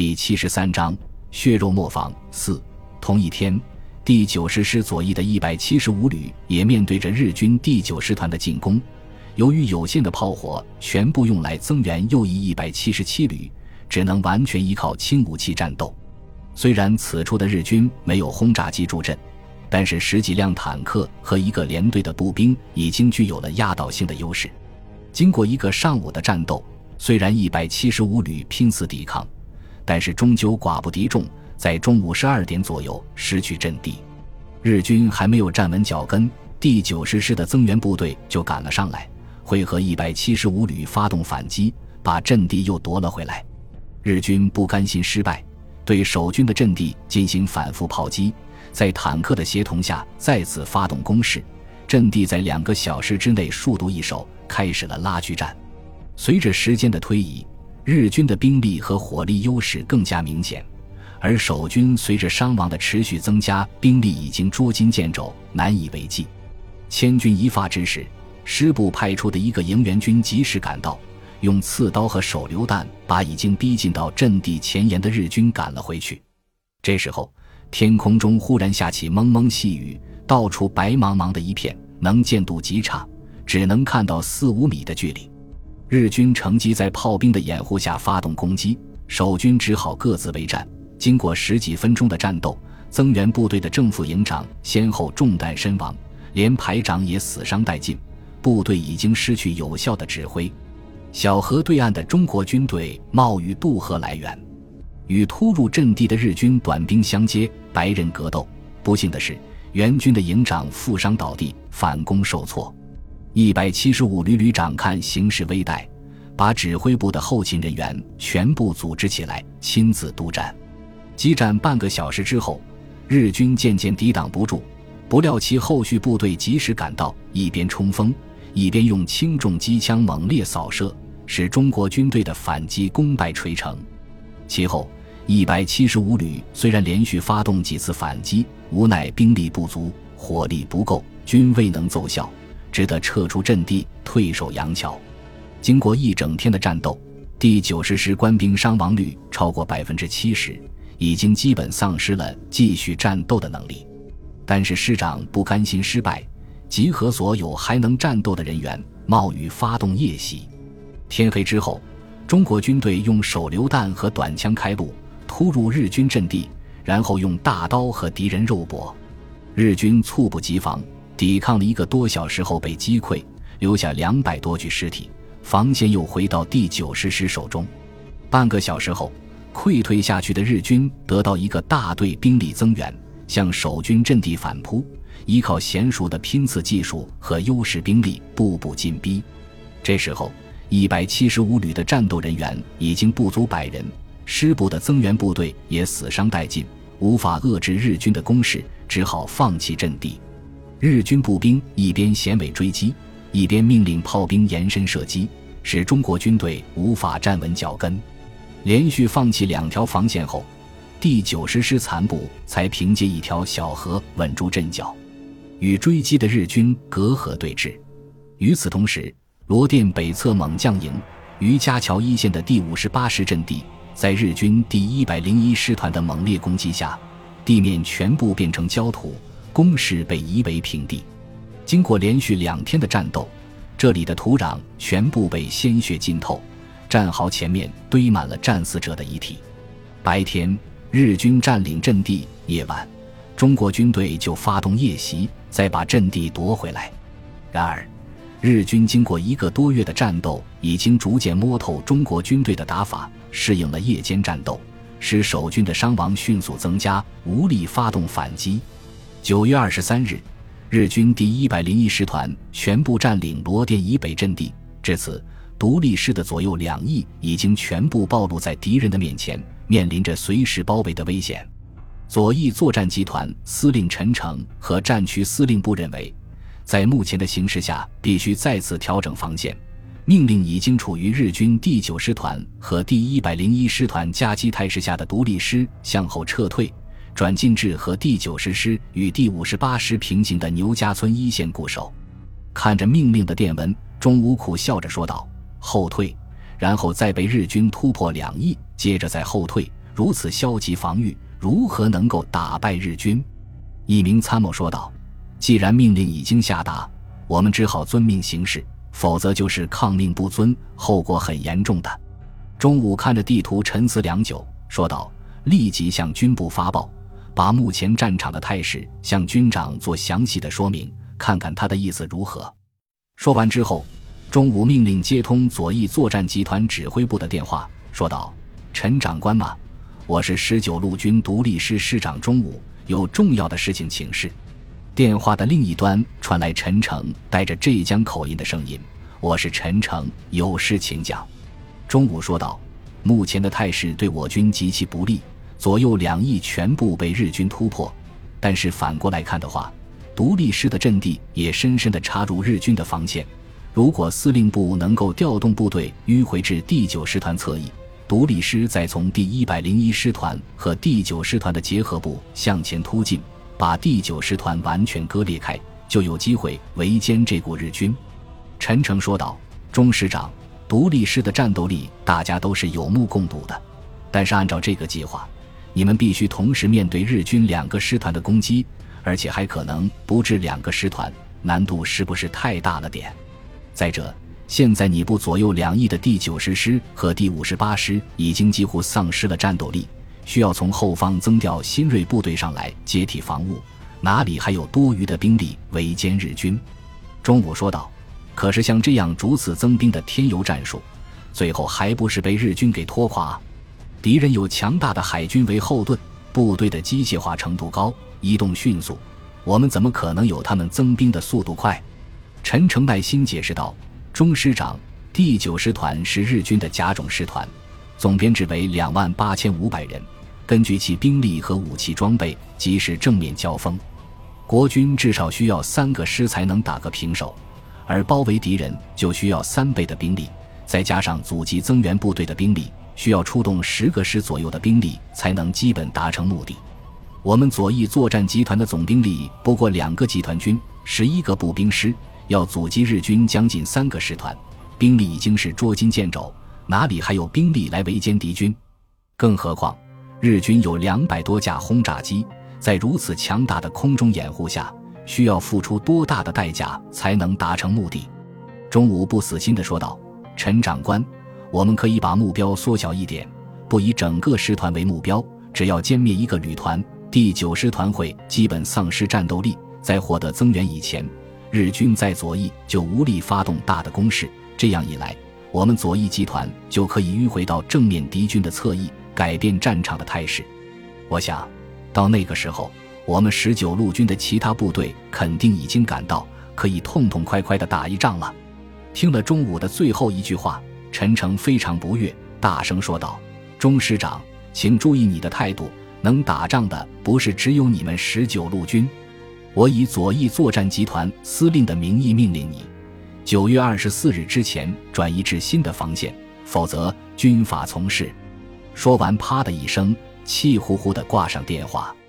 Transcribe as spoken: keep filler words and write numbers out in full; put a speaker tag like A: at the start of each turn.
A: 第七十三章血肉磨坊四。同一天，第九十师左翼的一百七十五旅也面对着日军第九师团的进攻，由于有限的炮火全部用来增援右翼一百七十七旅，只能完全依靠轻武器战斗。虽然此处的日军没有轰炸机助阵，但是十几辆坦克和一个连队的步兵已经具有了压倒性的优势。经过一个上午的战斗，虽然一百七十五旅拼死抵抗，但是终究寡不敌众，在中午十二点左右失去阵地。日军还没有站稳脚跟，第九十师的增援部队就赶了上来，会和一百七十五旅发动反击，把阵地又夺了回来。日军不甘心失败，对守军的阵地进行反复炮击，在坦克的协同下再次发动攻势，阵地在两个小时之内数度易手，开始了拉锯战。随着时间的推移，日军的兵力和火力优势更加明显，而守军随着伤亡的持续增加，兵力已经捉襟见肘，难以为继。千钧一发之时，师部派出的一个营援军及时赶到，用刺刀和手榴弹把已经逼近到阵地前沿的日军赶了回去。这时候，天空中忽然下起蒙蒙细雨，到处白茫茫的一片，能见度极差，只能看到四五米的距离。日军乘机在炮兵的掩护下发动攻击，守军只好各自为战。经过十几分钟的战斗，增援部队的正副营长先后中弹身亡，连排长也死伤殆尽，部队已经失去有效的指挥。小河对岸的中国军队冒雨渡河来援，与突入阵地的日军短兵相接，白刃格斗。不幸的是，援军的营长负伤倒地，反攻受挫。一百七十五旅旅长看形势危殆，把指挥部的后勤人员全部组织起来，亲自督战。激战半个小时之后，日军渐渐抵挡不住，不料其后续部队及时赶到，一边冲锋，一边用轻重机枪猛烈扫射，使中国军队的反击功败垂成。其后一百七十五旅虽然连续发动几次反击，无奈兵力不足，火力不够，均未能奏效，只得撤出阵地，退守杨桥。经过一整天的战斗，第九十师官兵伤亡率超过 百分之七十， 已经基本丧失了继续战斗的能力。但是师长不甘心失败，集合所有还能战斗的人员，冒雨发动夜袭。天黑之后，中国军队用手榴弹和短枪开路，突入日军阵地，然后用大刀和敌人肉搏。日军猝不及防，抵抗了一个多小时后被击溃，留下两百多具尸体，防线又回到第九十师手中。半个小时后，溃退下去的日军得到一个大队兵力增援，向守军阵地反扑，依靠娴熟的拼刺技术和优势兵力步步进逼。这时候一百七十五旅的战斗人员已经不足百人，师部的增援部队也死伤殆尽，无法遏制日军的攻势，只好放弃阵地。日军步兵一边衔尾追击，一边命令炮兵延伸射击，使中国军队无法站稳脚跟。连续放弃两条防线后，第九十师残部才凭借一条小河稳住阵脚，与追击的日军隔河对峙。与此同时，罗店北侧猛将营于家桥一线的第五十八师阵地，在日军第一百零一师团的猛烈攻击下，地面全部变成焦土，工事被夷为平地。经过连续两天的战斗，这里的土壤全部被鲜血浸透，战壕前面堆满了战死者的遗体。白天日军占领阵地，夜晚中国军队就发动夜袭，再把阵地夺回来。然而日军经过一个多月的战斗，已经逐渐摸透中国军队的打法，适应了夜间战斗，使守军的伤亡迅速增加，无力发动反击。九月二十三日，日军第一百零一师团全部占领罗店以北阵地，至此独立师的左右两翼已经全部暴露在敌人的面前，面临着随时包围的危险。左翼作战集团司令陈诚和战区司令部认为，在目前的形势下必须再次调整防线，命令已经处于日军第九师团和第一百零一师团夹击态势下的独立师向后撤退，转进至和第九十师与第五十八师平行的牛家村一线固守。看着命令的电文，钟无苦笑着说道：后退，然后再被日军突破两翼，接着再后退， 如此消极防御，如何能够打败日军？一名参谋说道，既然命令已经下达，我们只好遵命行事，否则就是抗命不遵，后果很严重的。中午看着地图沉思良久，说道，立即向军部发报，把目前战场的态势向军长做详细的说明，看看他的意思如何。说完之后，中午命令接通左翼作战集团指挥部的电话，说道，陈长官吗？我是十九路军独立师师长钟武，有重要的事情请示。电话的另一端传来陈诚带着浙江口音的声音，我是陈诚，有事请讲。钟武说道，目前的态势对我军极其不利，左右两翼全部被日军突破，但是反过来看的话，独立师的阵地也深深地插入日军的防线，如果司令部能够调动部队迂回至第九师团侧翼，独立师再从第一百零一师团和第九师团的结合部向前突进，把第九师团完全割裂开，就有机会围歼这股日军。陈诚说道，钟师长，独立师的战斗力大家都是有目共睹的，但是按照这个计划，你们必须同时面对日军两个师团的攻击，而且还可能不止两个师团，难度是不是太大了点？再者，现在你部左右两翼的第九十师和第五十八师已经几乎丧失了战斗力，需要从后方增调新锐部队上来接替防务，哪里还有多余的兵力围歼日军？钟武说道，可是像这样逐次增兵的添油战术，最后还不是被日军给拖垮？敌人有强大的海军为后盾，部队的机械化程度高，移动迅速，我们怎么可能有他们增兵的速度快？陈诚耐心解释道，钟师长，第九师团是日军的甲种师团，总编制为两万八千五百人，根据其兵力和武器装备，即使正面交锋，国军至少需要三个师才能打个平手，而包围敌人就需要三倍的兵力，再加上阻击增援部队的兵力，需要出动十个师左右的兵力才能基本达成目的。我们左翼作战集团的总兵力不过两个集团军，十一个步兵师，要阻击日军将近三个师团，兵力已经是捉襟见肘，哪里还有兵力来围歼敌军？更何况日军有两百多架轰炸机，在如此强大的空中掩护下，需要付出多大的代价才能达成目的？钟武不死心地说道，陈长官，我们可以把目标缩小一点，不以整个师团为目标，只要歼灭一个旅团，第九师团会基本丧失战斗力，在获得增援以前，日军在左翼就无力发动大的攻势，这样一来，我们左翼集团就可以迂回到正面敌军的侧翼，改变战场的态势。我想到那个时候，我们十九路军的其他部队肯定已经赶到，可以痛痛快快地打一仗了。听了钟武的最后一句话，陈诚非常不悦，大声说道，钟师长，请注意你的态度，能打仗的不是只有你们十九路军，我以左翼作战集团司令的名义命令你，九月二十四日之前转移至新的防线，否则军法从事。说完，啪的一声，气呼呼地挂上电话。